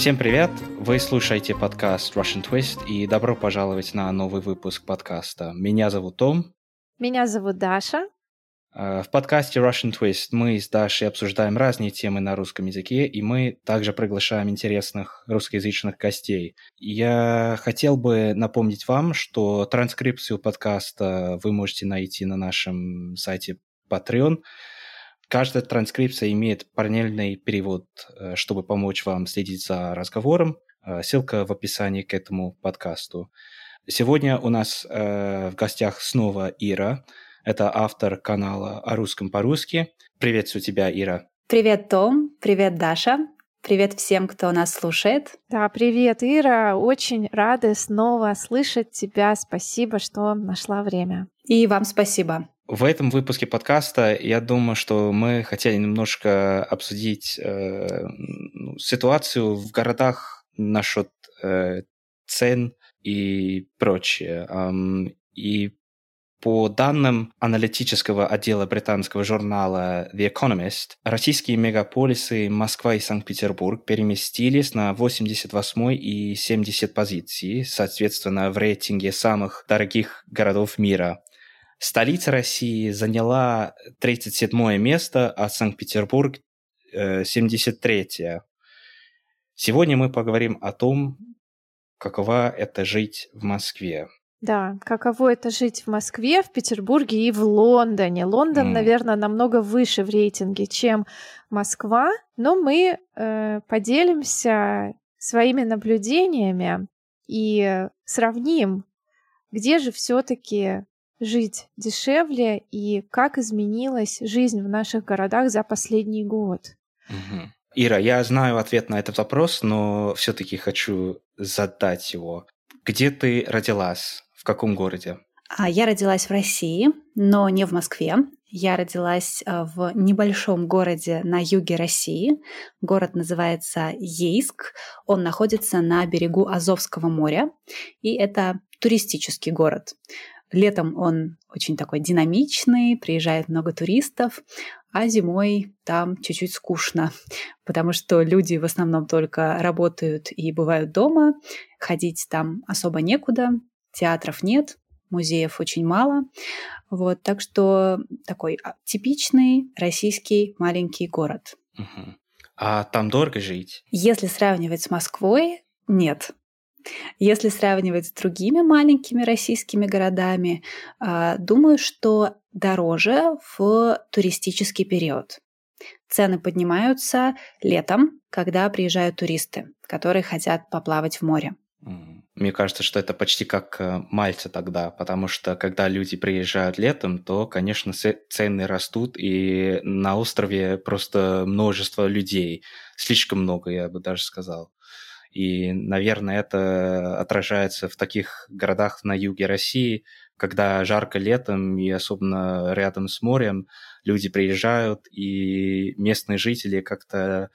Всем привет! Вы слушаете подкаст Russian Twist, и добро пожаловать на новый выпуск подкаста. Меня зовут Том. Меня зовут Даша. В подкасте Russian Twist мы с Дашей обсуждаем разные темы на русском языке, и мы также приглашаем интересных русскоязычных гостей. Я хотел бы напомнить вам, что транскрипцию подкаста вы можете найти на нашем сайте Patreon. Каждая транскрипция имеет параллельный перевод, чтобы помочь вам следить за разговором. Ссылка в описании к этому подкасту. Сегодня у нас в гостях снова Ира. Это автор канала «О русском по-русски». Приветствую тебя, Ира. Привет, Том. Привет, Даша. Привет всем, кто нас слушает. Да, привет, Ира. Очень рада снова слышать тебя. Спасибо, что нашла время. И вам спасибо. В этом выпуске подкаста, я думаю, что мы хотели немножко обсудить ситуацию в городах насчет цен и прочее. И по данным аналитического отдела британского журнала The Economist, российские мегаполисы Москва и Санкт-Петербург переместились на 88 и 70 позиции, соответственно, в рейтинге самых дорогих городов мира. Столица России заняла 37 место, а Санкт-Петербург 73. Сегодня мы поговорим о том, каково это жить в Москве. Да, каково это жить в Москве, в Петербурге и в Лондоне. Лондон, наверное, намного выше в рейтинге, чем Москва, но мы поделимся своими наблюдениями и сравним, где же все-таки жить дешевле и как изменилась жизнь в наших городах за последний год. Угу. Ира, я знаю ответ на этот вопрос, но все-таки хочу задать его. Где ты родилась? В каком городе? Я родилась в России, но не в Москве. Я родилась в небольшом городе на юге России. Город называется Ейск. Он находится на берегу Азовского моря, и это туристический город. Летом он очень такой динамичный, приезжает много туристов, а зимой там чуть-чуть скучно, потому что люди в основном только работают и бывают дома, ходить там особо некуда, театров нет, музеев очень мало. Вот, так что такой типичный российский маленький город. Угу. А там дорого жить? Если сравнивать с Москвой, нет. Если сравнивать с другими маленькими российскими городами, думаю, что дороже в туристический период. Цены поднимаются летом, когда приезжают туристы, которые хотят поплавать в море. Мне кажется, что это почти как Мальта тогда, потому что когда люди приезжают летом, то, конечно, цены растут, и на острове просто множество людей, слишком много, я бы даже сказал. И, наверное, это отражается в таких городах на юге России, когда жарко летом, и особенно рядом с морем, люди приезжают, и местные жители как-то,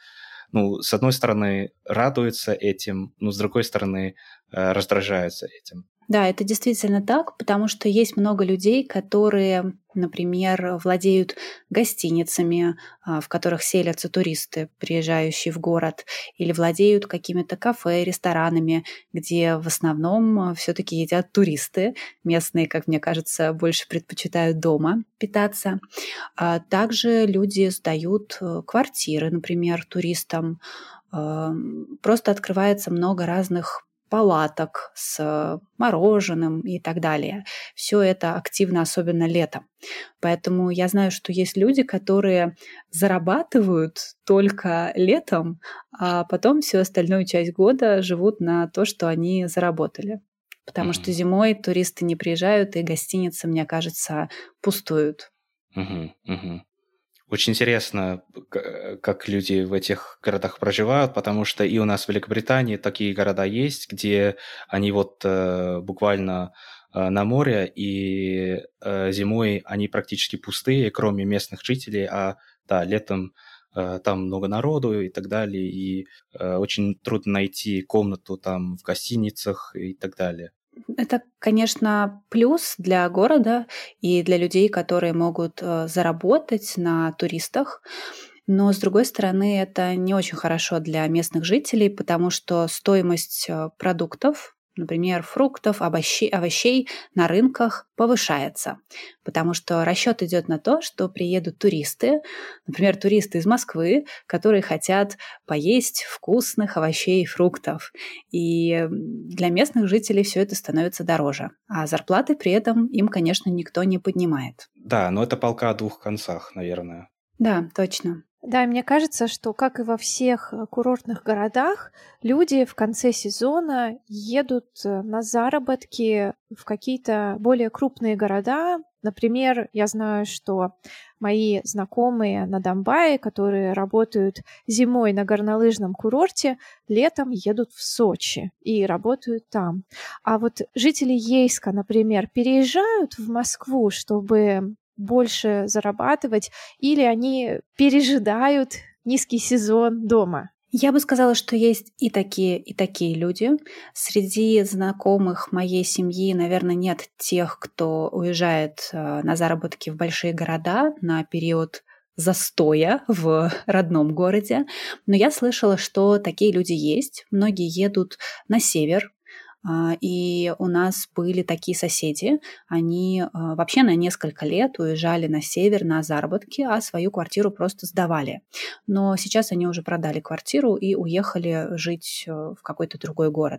с одной стороны, радуются этим, но с другой стороны, раздражаются этим. Да, это действительно так, потому что есть много людей, которые, например, владеют гостиницами, в которых селятся туристы, приезжающие в город, или владеют какими-то кафе, ресторанами, где в основном все-таки едят туристы. Местные, как мне кажется, больше предпочитают дома питаться. Также люди сдают квартиры, например, туристам. Просто открывается много разных палаток с мороженым и так далее. Все это активно, особенно летом. Поэтому я знаю, что есть люди, которые зарабатывают только летом, а потом всю остальную часть года живут на то, что они заработали. Потому что зимой туристы не приезжают, и гостиницы, мне кажется, пустуют. Очень интересно, как люди в этих городах проживают, потому что и у нас в Великобритании такие города есть, где они буквально на море, и зимой они практически пустые, кроме местных жителей, а летом там много народу и так далее, и очень трудно найти комнату там в гостиницах и так далее. Это, конечно, плюс для города и для людей, которые могут заработать на туристах. Но, с другой стороны, это не очень хорошо для местных жителей, потому что стоимость продуктов, например, фруктов, овощей на рынках повышается, потому что расчет идет на то, что приедут туристы, например, туристы из Москвы, которые хотят поесть вкусных овощей и фруктов. И для местных жителей все это становится дороже. А зарплаты при этом им, конечно, никто не поднимает. Да, но это палка о двух концах, наверное. Да, точно. Да, и мне кажется, что, как и во всех курортных городах, люди в конце сезона едут на заработки в какие-то более крупные города. Например, я знаю, что мои знакомые на Домбае, которые работают зимой на горнолыжном курорте, летом едут в Сочи и работают там. А вот жители Ейска, например, переезжают в Москву, чтобы больше зарабатывать, или они пережидают низкий сезон дома? Я бы сказала, что есть и такие люди. Среди знакомых моей семьи, наверное, нет тех, кто уезжает на заработки в большие города на период застоя в родном городе. Но я слышала, что такие люди есть. Многие едут на север. И у нас были такие соседи, они вообще на несколько лет уезжали на север на заработки, а свою квартиру просто сдавали. Но сейчас они уже продали квартиру и уехали жить в какой-то другой город.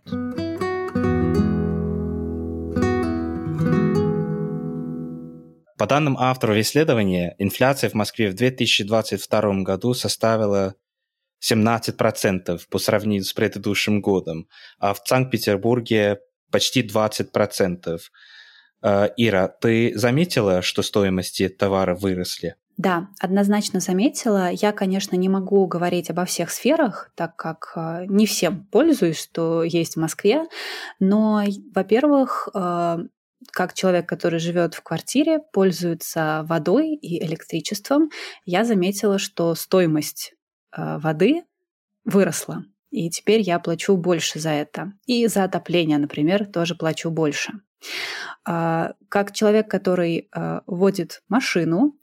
По данным авторов исследования, инфляция в Москве в 2022 году составила 17% по сравнению с предыдущим годом, а в Санкт-Петербурге почти 20%. Ира, ты заметила, что стоимости товара выросли? Да, однозначно заметила. Я, конечно, не могу говорить обо всех сферах, так как не всем пользуюсь, что есть в Москве, но, во-первых, как человек, который живет в квартире, пользуется водой и электричеством, я заметила, что стоимость воды выросла. И теперь я плачу больше за это. И за отопление, например, тоже плачу больше. Как человек, который водит машину,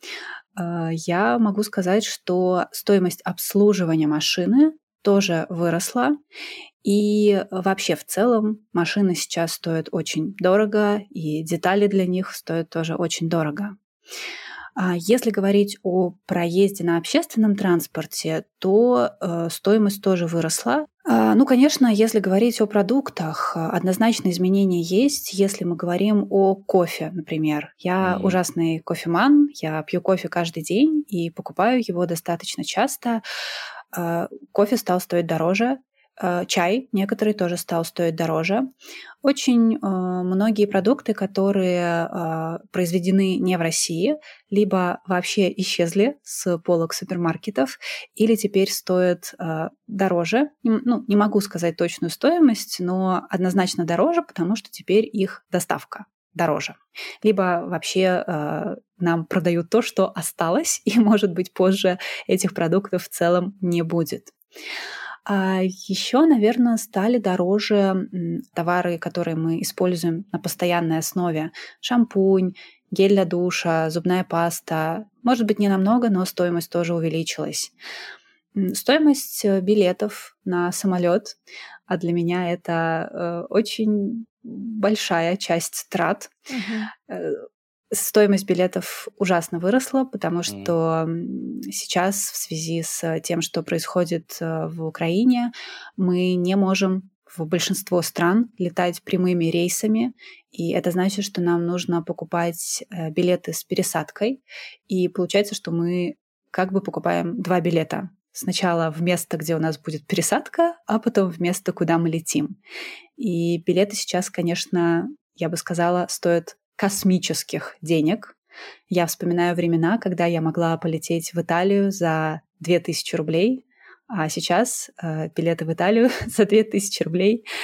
я могу сказать, что стоимость обслуживания машины тоже выросла. И вообще в целом машины сейчас стоят очень дорого, и детали для них стоят тоже очень дорого. Если говорить о проезде на общественном транспорте, то стоимость тоже выросла. Ну, конечно, если говорить о продуктах, однозначно изменения есть. Если мы говорим о кофе, например. Я ужасный кофеман, я пью кофе каждый день и покупаю его достаточно часто. Кофе стал стоить дороже. Чай некоторый тоже стал стоить дороже. Очень многие продукты, которые произведены не в России, либо вообще исчезли с полок супермаркетов, или теперь стоят дороже. Ну, не могу сказать точную стоимость, но однозначно дороже, потому что теперь их доставка дороже. Либо вообще нам продают то, что осталось, и, может быть, позже этих продуктов в целом не будет. А еще, наверное, стали дороже товары, которые мы используем на постоянной основе. Шампунь, гель для душа, зубная паста. Может быть, не намного, но стоимость тоже увеличилась. Стоимость билетов на самолет, а для меня это очень большая часть трат. Стоимость билетов ужасно выросла, потому что сейчас в связи с тем, что происходит в Украине, мы не можем в большинство стран летать прямыми рейсами, и это значит, что нам нужно покупать билеты с пересадкой, и получается, что мы как бы покупаем 2 билета. Сначала в место, где у нас будет пересадка, а потом в место, куда мы летим. И билеты сейчас, конечно, я бы сказала, стоят космических денег. Я вспоминаю времена, когда я могла полететь в Италию за 2000 рублей, а сейчас билеты в Италию за 2000 рублей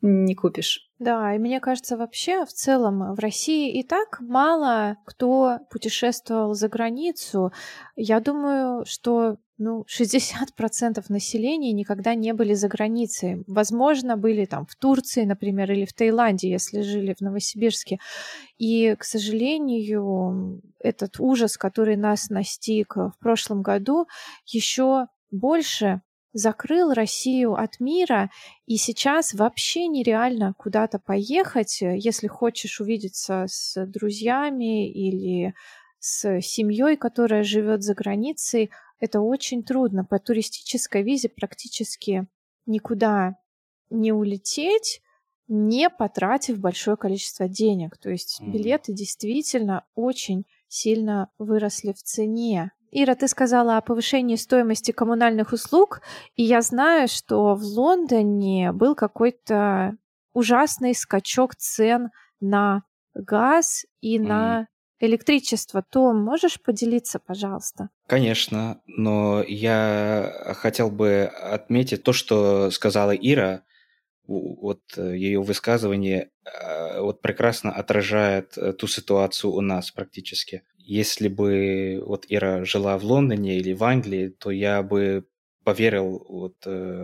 не купишь. Да, и мне кажется, вообще в целом в России и так мало кто путешествовал за границу. Я думаю, что 60% населения никогда не были за границей. Возможно, были там в Турции, например, или в Таиланде, если жили в Новосибирске. И, к сожалению, этот ужас, который нас настиг в прошлом году, еще больше закрыл Россию от мира, и сейчас вообще нереально куда-то поехать, если хочешь увидеться с друзьями или с семьей, которая живет за границей. Это очень трудно. По туристической визе практически никуда не улететь, не потратив большое количество денег. То есть билеты действительно очень сильно выросли в цене. Ира, ты сказала о повышении стоимости коммунальных услуг, и я знаю, что в Лондоне был какой-то ужасный скачок цен на газ и на электричество. Том, можешь поделиться, пожалуйста? Конечно, но я хотел бы отметить то, что сказала Ира. Вот ее высказывание вот прекрасно отражает ту ситуацию у нас практически. Если бы вот Ира жила в Лондоне или в Англии, то я бы поверил вот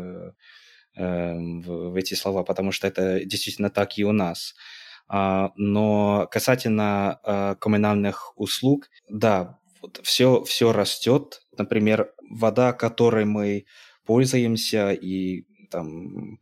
в эти слова, потому что это действительно так и у нас. Но касательно коммунальных услуг, да, вот все растет. Например, вода, которой мы пользуемся, и там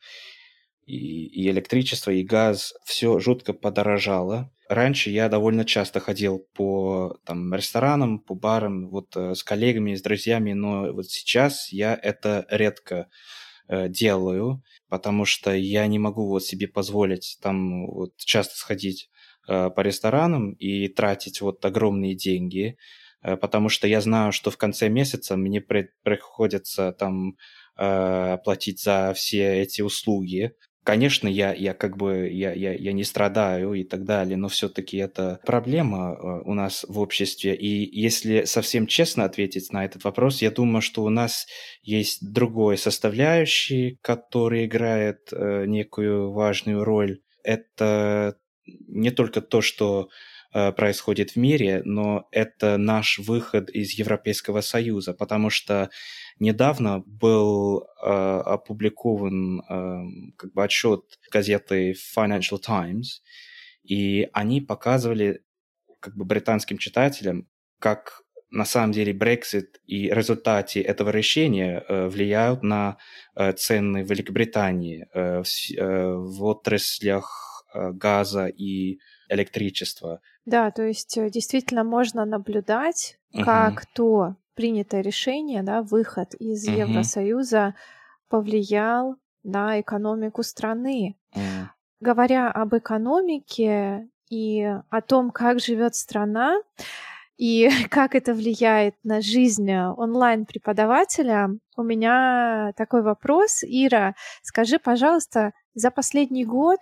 и электричество, и газ, все жутко подорожало. Раньше я довольно часто ходил по там, ресторанам, по барам, вот с коллегами, с друзьями, но вот сейчас я это редко делаю, потому что я не могу вот себе позволить там вот часто сходить по ресторанам и тратить вот огромные деньги, потому что я знаю, что в конце месяца мне приходится там платить за все эти услуги. Конечно, я как бы я не страдаю и так далее, но все-таки это проблема у нас в обществе. И если совсем честно ответить на этот вопрос, я думаю, что у нас есть другой составляющий, который играет некую важную роль. Это не только то, что происходит в мире, но это наш выход из Европейского Союза, потому что недавно был опубликован как бы отчет газеты Financial Times, и они показывали как бы британским читателям, как на самом деле Brexit и результаты этого решения влияют на цены в Великобритании в отраслях газа и электричества. Да, то есть действительно можно наблюдать, как то принятое решение, да, выход из Евросоюза повлиял на экономику страны. Говоря об экономике и о том, как живет страна и как это влияет на жизнь онлайн-преподавателя, у меня такой вопрос. Ира, скажи, пожалуйста, за последний год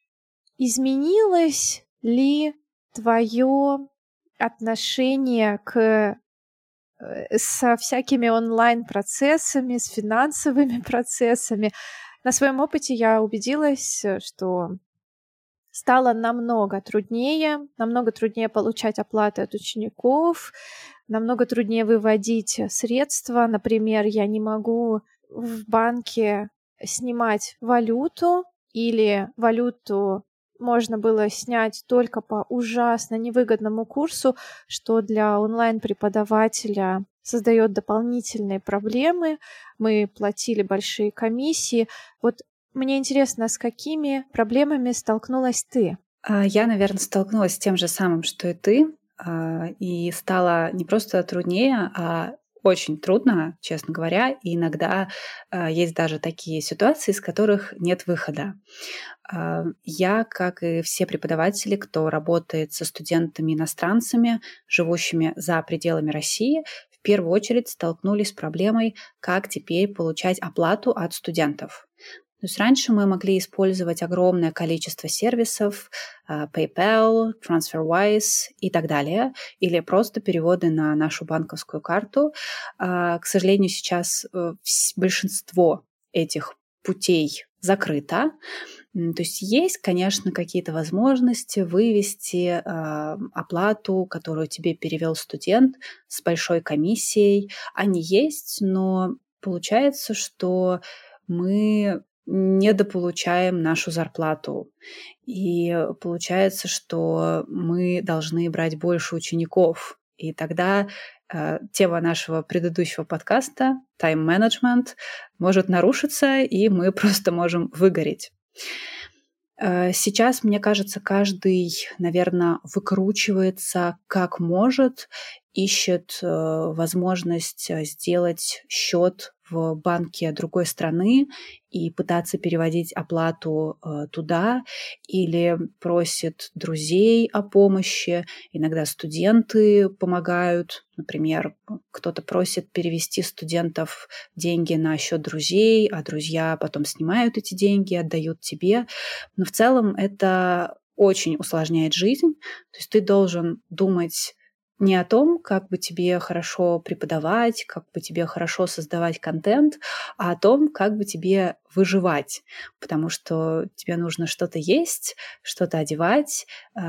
изменилось ли твое отношение со всякими онлайн-процессами, с финансовыми процессами? На своем опыте я убедилась, что стало намного труднее получать оплаты от учеников, намного труднее выводить средства. Например, я не могу в банке снимать валюту, или валюту можно было снять только по ужасно невыгодному курсу, что для онлайн-преподавателя создает дополнительные проблемы. Мы платили большие комиссии. Вот мне интересно, с какими проблемами столкнулась ты? Я, наверное, столкнулась с тем же самым, что и ты, и стало не просто труднее, а очень трудно, честно говоря, и иногда есть даже такие ситуации, из которых нет выхода. Я, как и все преподаватели, кто работает со студентами-иностранцами, живущими за пределами России, в первую очередь столкнулись с проблемой, как теперь получать оплату от студентов. То есть раньше мы могли использовать огромное количество сервисов, PayPal, TransferWise и так далее, или просто переводы на нашу банковскую карту. К сожалению, сейчас большинство этих путей закрыто. То есть, конечно, какие-то возможности вывести оплату, которую тебе перевел студент с большой комиссией. Они есть, но получается, что мы недополучаем нашу зарплату. И получается, что мы должны брать больше учеников. И тогда тема нашего предыдущего подкаста «Тайм-менеджмент» может нарушиться, и мы просто можем выгореть. Сейчас, мне кажется, каждый, наверное, выкручивается как может, ищет возможность сделать счет в банке другой страны и пытаться переводить оплату туда, или просит друзей о помощи. Иногда студенты помогают. Например, кто-то просит перевести студентов деньги на счет друзей, а друзья потом снимают эти деньги, отдают тебе. Но в целом это очень усложняет жизнь. То есть ты должен думать не о том, как бы тебе хорошо преподавать, как бы тебе хорошо создавать контент, а о том, как бы тебе выживать, потому что тебе нужно что-то есть, что-то одевать,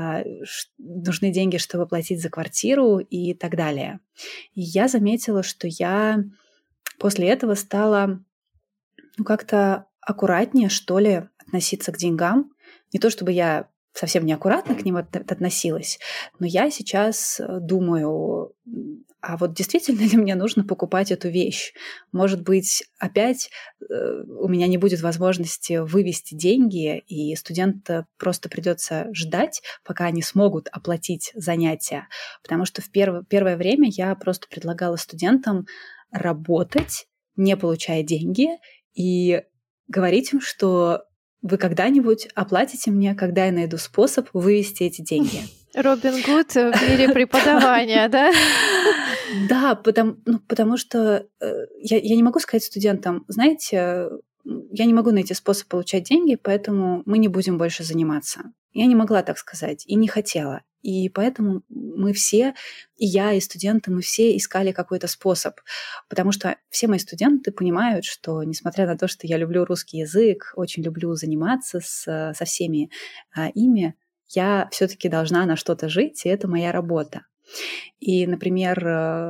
нужны деньги, чтобы платить за квартиру и так далее. И я заметила, что я после этого стала как-то аккуратнее, что ли, относиться к деньгам. Не то чтобы я совсем неаккуратно к ним относилась, но я сейчас думаю, а вот действительно ли мне нужно покупать эту вещь? Может быть, опять у меня не будет возможности вывести деньги, и студентам просто придется ждать, пока они смогут оплатить занятия. Потому что в первое время я просто предлагала студентам работать, не получая деньги, и говорить им, что вы когда-нибудь оплатите мне, когда я найду способ вывести эти деньги. Робин Гуд в мире преподавания, да? Да, потому что я не могу сказать студентам, знаете, я не могу найти способ получать деньги, поэтому мы не будем больше заниматься. Я не могла так сказать и не хотела. И поэтому мы все, и я, и студенты, мы все искали какой-то способ. Потому что все мои студенты понимают, что, несмотря на то, что я люблю русский язык, очень люблю заниматься со всеми ими, я все-таки должна на что-то жить, и это моя работа. И, например,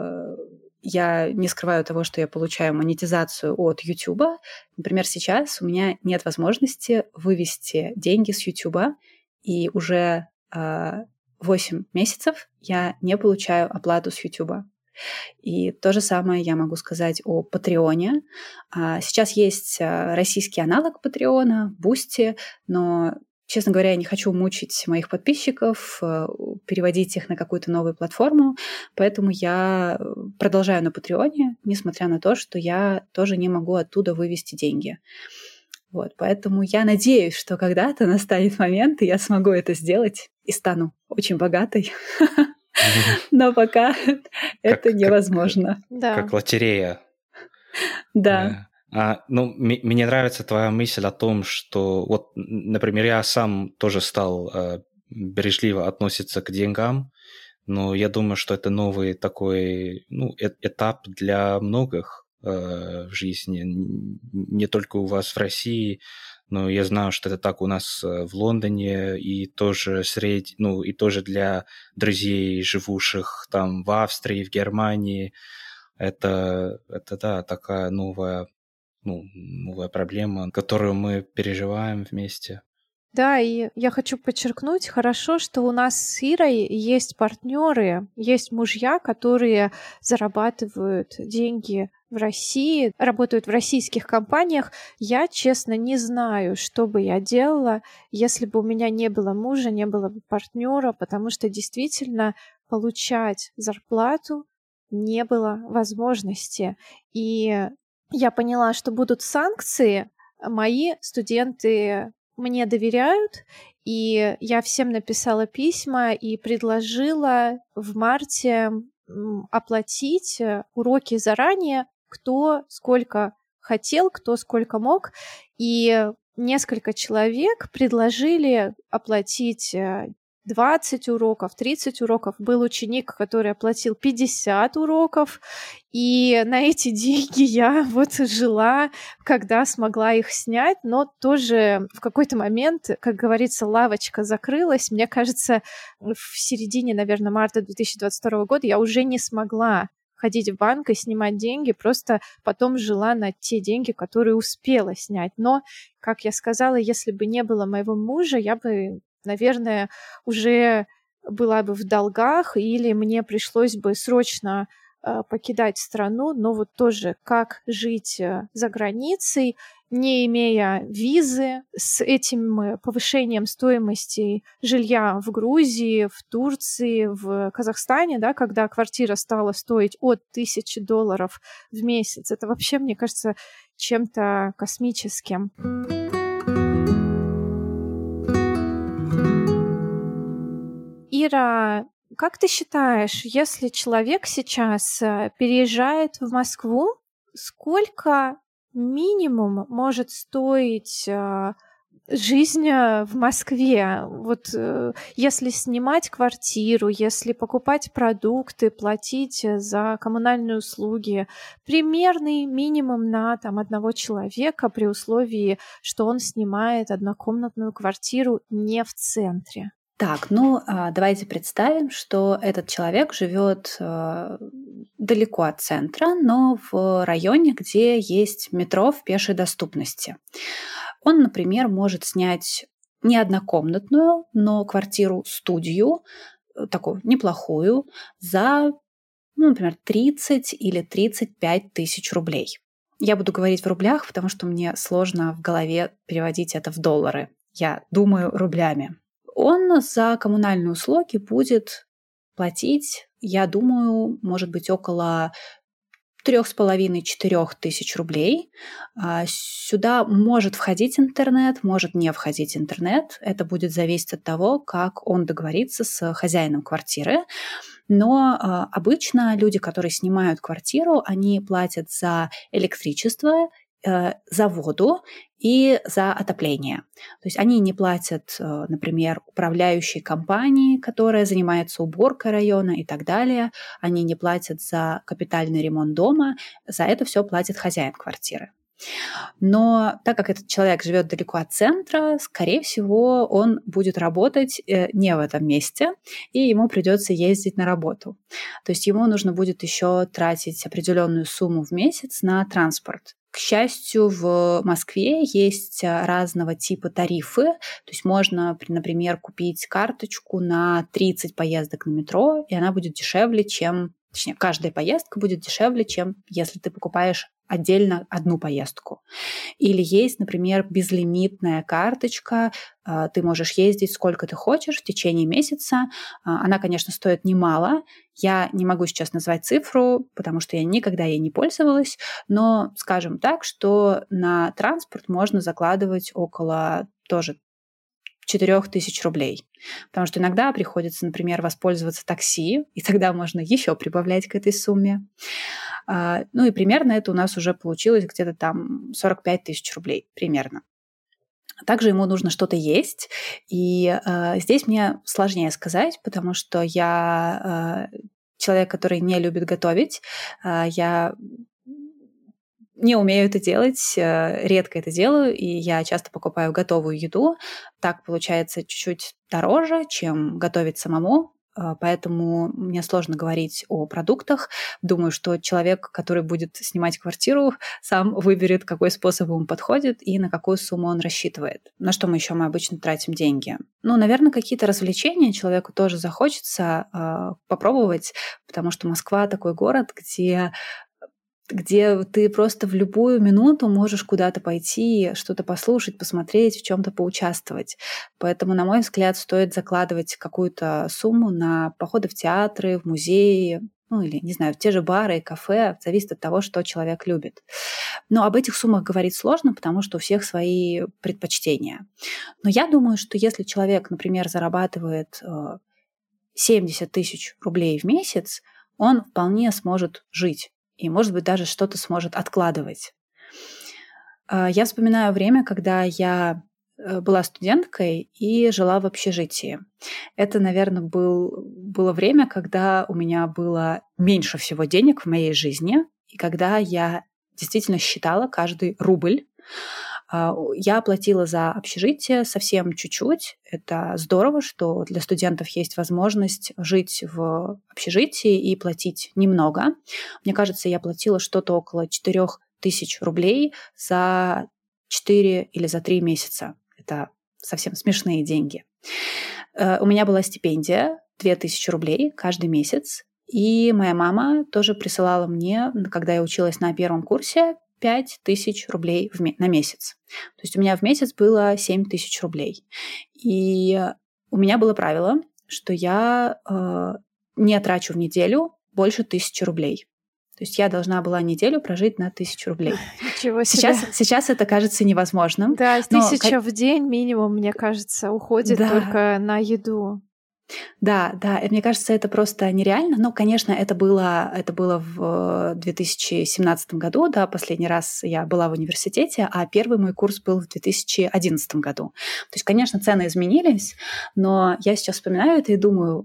я не скрываю того, что я получаю монетизацию от YouTube. Например, сейчас у меня нет возможности вывести деньги с YouTube, и уже 8 месяцев я не получаю оплату с YouTube. И то же самое я могу сказать о Патреоне. Сейчас есть российский аналог Патреона, Boosty, но, честно говоря, я не хочу мучить моих подписчиков, переводить их на какую-то новую платформу, поэтому я продолжаю на Патреоне, несмотря на то, что я тоже не могу оттуда вывести деньги. Вот, поэтому я надеюсь, что когда-то настанет момент, и я смогу это сделать и стану очень богатой. Но пока это невозможно. Как лотерея. Да. Мне нравится твоя мысль о том, что вот, например, я сам тоже стал бережливо относиться к деньгам, но я думаю, что это новый такой этап для многих в жизни, не только у вас в России, но я знаю, что это так у нас в Лондоне, и тоже и тоже для друзей, живущих там в Австрии, в Германии. Это да, такая новая проблема, которую мы переживаем вместе. Да, и я хочу подчеркнуть, хорошо, что у нас с Ирой есть партнеры, есть мужья, которые зарабатывают деньги в России, работают в российских компаниях. Я, честно, не знаю, что бы я делала, если бы у меня не было мужа, не было бы партнера, потому что действительно получать зарплату не было возможности. И я поняла, что будут санкции. Мои студенты мне доверяют, и я всем написала письма и предложила в марте оплатить уроки заранее, кто сколько хотел, кто сколько мог, и несколько человек предложили оплатить 20 уроков, 30 уроков. Был ученик, который оплатил 50 уроков, и на эти деньги я вот жила, когда смогла их снять, но тоже в какой-то момент, как говорится, лавочка закрылась. Мне кажется, в середине, наверное, марта 2022 года я уже не смогла ходить в банк и снимать деньги, просто потом жила на те деньги, которые успела снять. Но, как я сказала, если бы не было моего мужа, я бы, наверное, уже была бы в долгах, или мне пришлось бы срочно покидать страну, но вот тоже как жить за границей, не имея визы, с этим повышением стоимости жилья в Грузии, в Турции, в Казахстане, да, когда квартира стала стоить от $1000 в месяц. Это вообще, мне кажется, чем-то космическим. Ира, как ты считаешь, если человек сейчас переезжает в Москву, сколько минимум может стоить жизнь в Москве? Вот если снимать квартиру, если покупать продукты, платить за коммунальные услуги, примерный минимум на одного человека при условии, что он снимает однокомнатную квартиру не в центре. Так, давайте представим, что этот человек живет далеко от центра, но в районе, где есть метро в пешей доступности. Он, например, может снять не однокомнатную, но квартиру-студию, такую неплохую, за, например, 30 или 35 тысяч рублей. Я буду говорить в рублях, потому что мне сложно в голове переводить это в доллары. Я думаю рублями. Он за коммунальные услуги будет платить, я думаю, может быть, около 3,5-4 тысяч рублей. Сюда может входить интернет, может не входить интернет. Это будет зависеть от того, как он договорится с хозяином квартиры. Но обычно люди, которые снимают квартиру, они платят за электричество, за воду и за отопление. То есть они не платят, например, управляющей компании, которая занимается уборкой района и так далее. Они не платят за капитальный ремонт дома. За это все платит хозяин квартиры. Но так как этот человек живет далеко от центра, скорее всего, он будет работать не в этом месте, и ему придется ездить на работу. То есть ему нужно будет еще тратить определенную сумму в месяц на транспорт. К счастью, в Москве есть разного типа тарифы. То есть можно, например, купить карточку на 30 поездок на метро, и она будет дешевле, точнее, каждая поездка будет дешевле, чем если ты покупаешь отдельно одну поездку. Или есть, например, безлимитная карточка, ты можешь ездить сколько ты хочешь в течение месяца. Она, конечно, стоит немало. Я не могу сейчас назвать цифру, потому что я никогда ей не пользовалась, но скажем так, что на транспорт можно закладывать около тоже 4000 рублей. Потому что иногда приходится, например, воспользоваться такси, и тогда можно еще прибавлять к этой сумме. И примерно это у нас уже получилось где-то там 45 тысяч рублей примерно. Также ему нужно что-то есть, и здесь мне сложнее сказать, потому что я человек, который не любит готовить. Я не умею это делать, редко это делаю, и я часто покупаю готовую еду. Так получается чуть-чуть дороже, чем готовить самому, поэтому мне сложно говорить о продуктах. Думаю, что человек, который будет снимать квартиру, сам выберет, какой способ ему подходит и на какую сумму он рассчитывает. На что мы обычно тратим деньги? Наверное, какие-то развлечения человеку тоже захочется попробовать, потому что Москва такой город, где ты просто в любую минуту можешь куда-то пойти, что-то послушать, посмотреть, в чем-то поучаствовать. Поэтому, на мой взгляд, стоит закладывать какую-то сумму на походы в театры, в музеи, или, не знаю, в те же бары и кафе, зависит от того, что человек любит. Но об этих суммах говорить сложно, потому что у всех свои предпочтения. Но я думаю, что если человек, например, зарабатывает 70 тысяч рублей в месяц, он вполне сможет жить. И, может быть, даже что-то сможет откладывать. Я вспоминаю время, когда я была студенткой и жила в общежитии. Это, наверное, было время, когда у меня было меньше всего денег в моей жизни, и когда я действительно считала каждый рубль. Я платила за общежитие совсем чуть-чуть. Это здорово, что для студентов есть возможность жить в общежитии и платить немного. Мне кажется, я платила что-то около 4000 рублей за 4 или за 3 месяца. Это совсем смешные деньги. У меня была стипендия 2000 рублей каждый месяц. И моя мама тоже присылала мне, когда я училась на первом курсе, 5000 рублей на месяц. То есть у меня в месяц было 7000 рублей. И у меня было правило, что я не трачу в неделу больше 1000 рублей. То есть я должна была неделю прожить на 1000 рублей. Ничего себе. Сейчас это кажется невозможным. Да, 1000 в день минимум, мне кажется, уходит только на еду. Да, и мне кажется, это просто нереально. Но, конечно, это было в 2017 году, да, последний раз я была в университете, а первый мой курс был в 2011 году. То есть, конечно, цены изменились, но я сейчас вспоминаю это и думаю,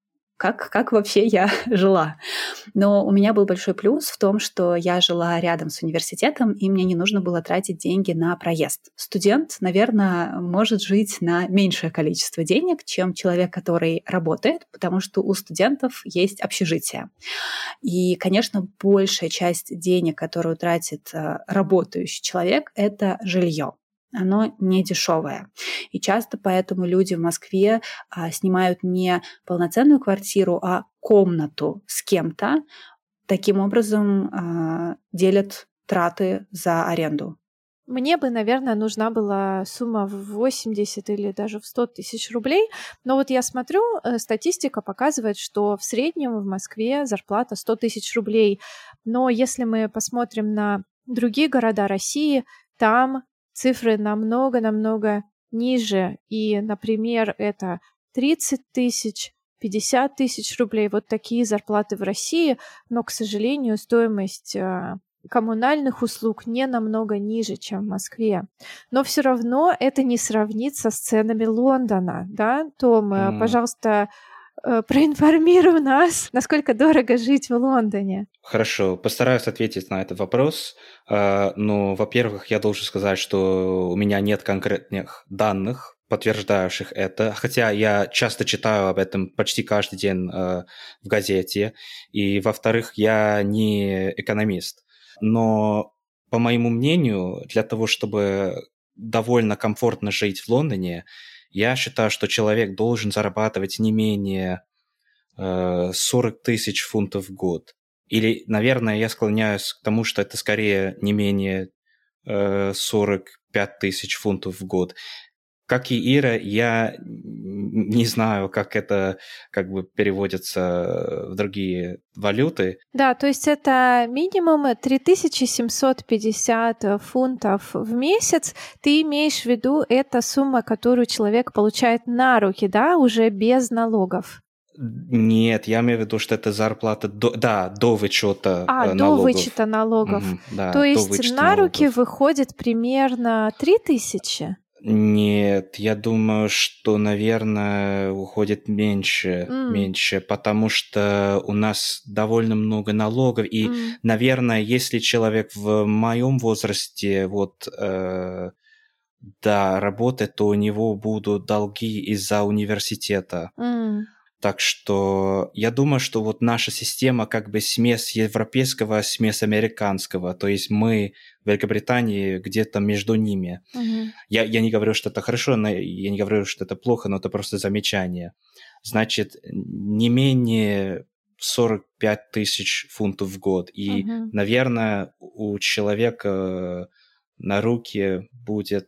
как вообще я жила. Но у меня был большой плюс в том, что я жила рядом с университетом, и мне не нужно было тратить деньги на проезд. Студент, наверное, может жить на меньшее количество денег, чем человек, который работает, потому что у студентов есть общежитие. И, конечно, большая часть денег, которую тратит работающий человек, это жилье. Оно не дешевое. И часто поэтому люди в Москве снимают не полноценную квартиру, а комнату с кем-то. Таким образом делят траты за аренду. Мне бы, наверное, нужна была сумма в 80 или даже в 100 тысяч рублей. Но вот я смотрю, статистика показывает, что в среднем в Москве зарплата 100 тысяч рублей. Но если мы посмотрим на другие города России, там цифры намного ниже. И, например, это 30 тысяч, 50 тысяч рублей. Вот такие зарплаты в России. Но, к сожалению, стоимость коммунальных услуг не намного ниже, чем в Москве. Но все равно это не сравнится с ценами Лондона. Да, Том, пожалуйста, проинформируй нас, насколько дорого жить в Лондоне. Хорошо, постараюсь ответить на этот вопрос. Но, во-первых, я должен сказать, что у меня нет конкретных данных, подтверждающих это, хотя я часто читаю об этом почти каждый день в газете. И, во-вторых, я не экономист. Но, по моему мнению, для того, чтобы довольно комфортно жить в Лондоне, я считаю, что человек должен зарабатывать не менее 40 тысяч фунтов в год. Или, наверное, я склоняюсь к тому, что это скорее не менее 45 тысяч фунтов в год. Как и Ира, я не знаю, как это переводится в другие валюты. Да, то есть это минимум 3750 фунтов в месяц. Ты имеешь в виду, это сумма, которую человек получает на руки, да, уже без налогов? Нет, я имею в виду, что это зарплата до вычета налогов. До вычета налогов. Да, то есть на руки налогов выходит примерно 3000? Нет, я думаю, что, наверное, уходит меньше, потому что у нас довольно много налогов, и, наверное, если человек в моем возрасте работает, то у него будут долги из-за университета. Так что я думаю, что вот наша система смесь европейского, смесь американского. То есть мы в Великобритании где-то между ними. Я не говорю, что это хорошо, я не говорю, что это плохо, но это просто замечание. Значит, не менее 45 тысяч фунтов в год. И, наверное, у человека на руки будет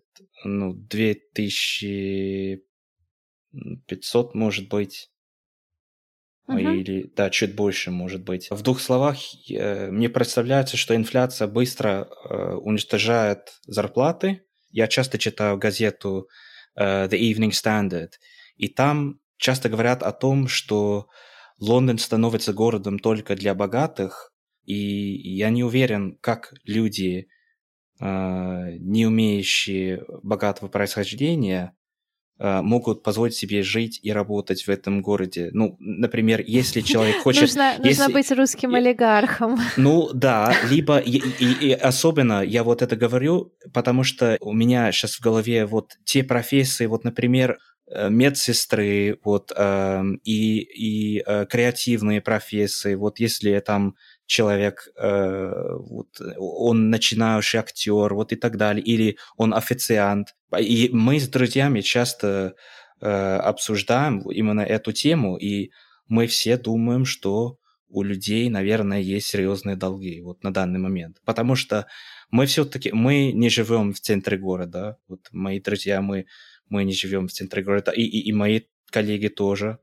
2500, может быть. Или, чуть больше, может быть. В двух словах, мне представляется, что инфляция быстро уничтожает зарплаты. Я часто читаю газету The Evening Standard, и там часто говорят о том, что Лондон становится городом только для богатых, и я не уверен, как люди не умеющие богатого происхождения, могут позволить себе жить и работать в этом городе. Ну, например, если человек хочет... Нужно быть русским олигархом. Ну, да, либо... И особенно я вот это говорю, потому что у меня сейчас в голове вот те профессии, вот, например, медсестры, вот, и креативные профессии, вот если там человек, вот, он начинающий актер, вот и так далее, или он официант. И мы с друзьями часто обсуждаем именно эту тему, и мы все думаем, что у людей, наверное, есть серьезные долги вот на данный момент. Потому что мы все-таки, мы не живем в центре города. Вот мои друзья, мы не живем в центре города, и мои коллеги тоже.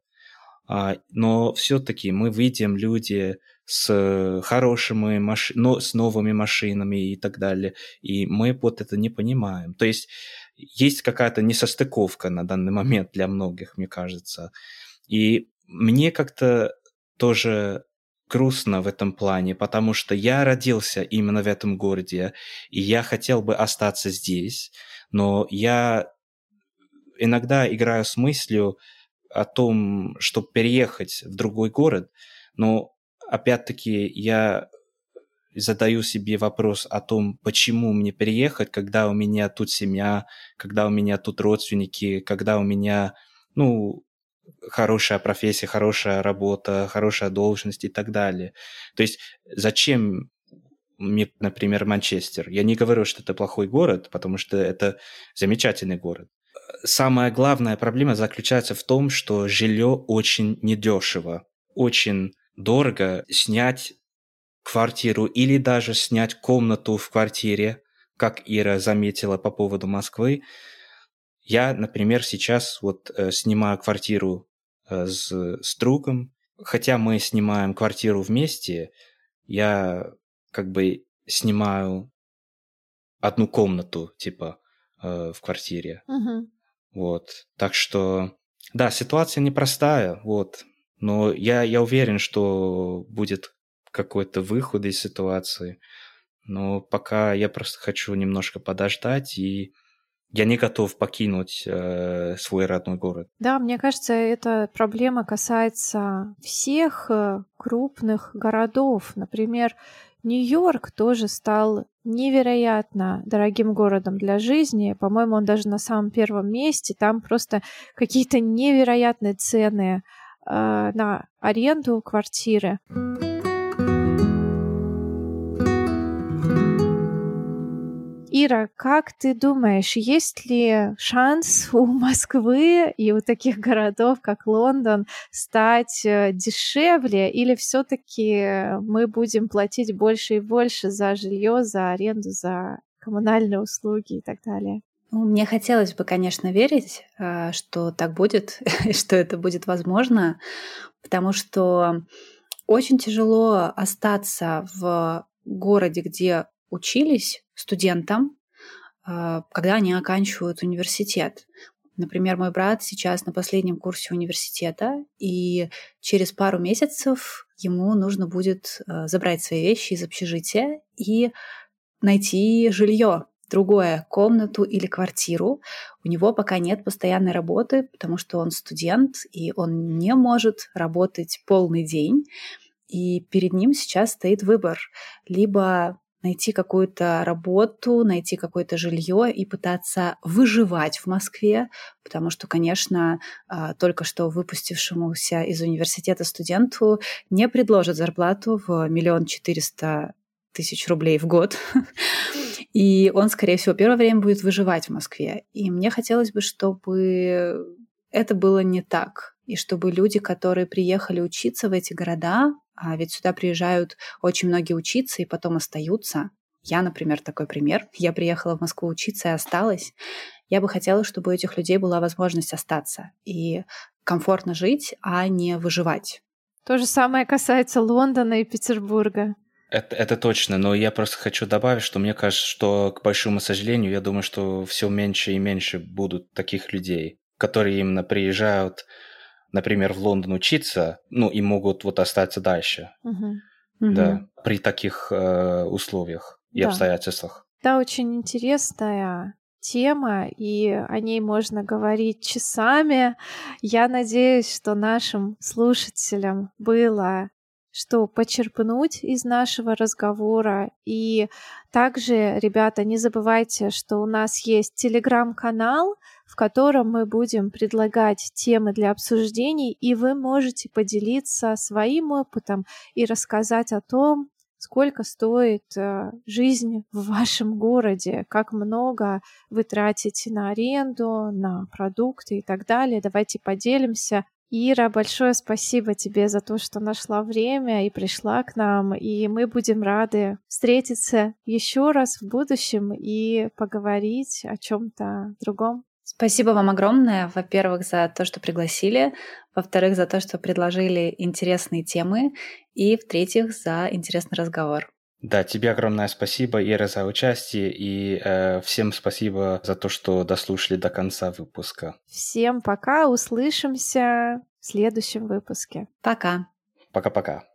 Но все-таки мы видим люди с хорошими машинами, с новыми машинами и так далее, и мы вот это не понимаем. То есть есть какая-то несостыковка на данный момент для многих, мне кажется. И мне как-то тоже грустно в этом плане, потому что я родился именно в этом городе, и я хотел бы остаться здесь, но я иногда играю с мыслью о том, чтобы переехать в другой город, но опять-таки я задаю себе вопрос о том, почему мне переехать, когда у меня тут семья, когда у меня тут родственники, когда у меня, ну, хорошая профессия, хорошая работа, хорошая должность и так далее. То есть зачем мне, например, Манчестер? Я не говорю, что это плохой город, потому что это замечательный город. Самая главная проблема заключается в том, что жилье очень недешево. Очень дорого снять квартиру или даже снять комнату в квартире, как Ира заметила по поводу Москвы. Я, например, сейчас вот снимаю квартиру с другом. Хотя мы снимаем квартиру вместе, я как бы снимаю одну комнату, типа, в квартире. Угу. Вот. Так что, да, ситуация непростая, вот. Но я уверен, что будет какой-то выход из ситуации. Но пока я просто хочу немножко подождать, и я не готов покинуть свой родной город. Да, мне кажется, эта проблема касается всех крупных городов. Например, Нью-Йорк тоже стал невероятно дорогим городом для жизни. По-моему, он даже на самом первом месте. Там просто какие-то невероятные цены на аренду квартиры. Ира, как ты думаешь, есть ли шанс у Москвы и у таких городов, как Лондон, стать дешевле, или все-таки мы будем платить больше и больше за жилье, за аренду, за коммунальные услуги и так далее? Ну, мне хотелось бы, конечно, верить, что так будет, что это будет возможно, потому что очень тяжело остаться в городе, где учились студентам, когда они оканчивают университет. Например, мой брат сейчас на последнем курсе университета, и через пару месяцев ему нужно будет забрать свои вещи из общежития и найти жилье, другое, комнату или квартиру. У него пока нет постоянной работы, потому что он студент, и он не может работать полный день. И перед ним сейчас стоит выбор. Либо найти какую-то работу, найти какое-то жилье и пытаться выживать в Москве, потому что, конечно, только что выпустившемуся из университета студенту не предложат зарплату в 1 400 000 рублей в год. И он, скорее всего, первое время будет выживать в Москве. И мне хотелось бы, чтобы это было не так. И чтобы люди, которые приехали учиться в эти города, а ведь сюда приезжают очень многие учиться и потом остаются. Я, например, такой пример. Я приехала в Москву учиться и осталась. Я бы хотела, чтобы у этих людей была возможность остаться и комфортно жить, а не выживать. То же самое касается Лондона и Петербурга. Это точно, но я просто хочу добавить, что мне кажется, что, к большому сожалению, я думаю, что все меньше и меньше будут таких людей, которые именно приезжают, например, в Лондон учиться, ну, и могут вот остаться дальше. Угу. Да, при таких условиях и обстоятельствах. Да, очень интересная тема, и о ней можно говорить часами. Я надеюсь, что нашим слушателям было что почерпнуть из нашего разговора. И также, ребята, не забывайте, что у нас есть телеграм-канал, в котором мы будем предлагать темы для обсуждений, и вы можете поделиться своим опытом и рассказать о том, сколько стоит жизнь в вашем городе, как много вы тратите на аренду, на продукты и так далее. Давайте поделимся. Ира, большое спасибо тебе за то, что нашла время и пришла к нам. И мы будем рады встретиться еще раз в будущем и поговорить о чем-то другом. Спасибо вам огромное, во-первых, за то, что пригласили, во-вторых, за то, что предложили интересные темы, и, в-третьих, за интересный разговор. Да, тебе огромное спасибо, Ира, за участие, и всем спасибо за то, что дослушали до конца выпуска. Всем пока, услышимся в следующем выпуске. Пока. Пока-пока.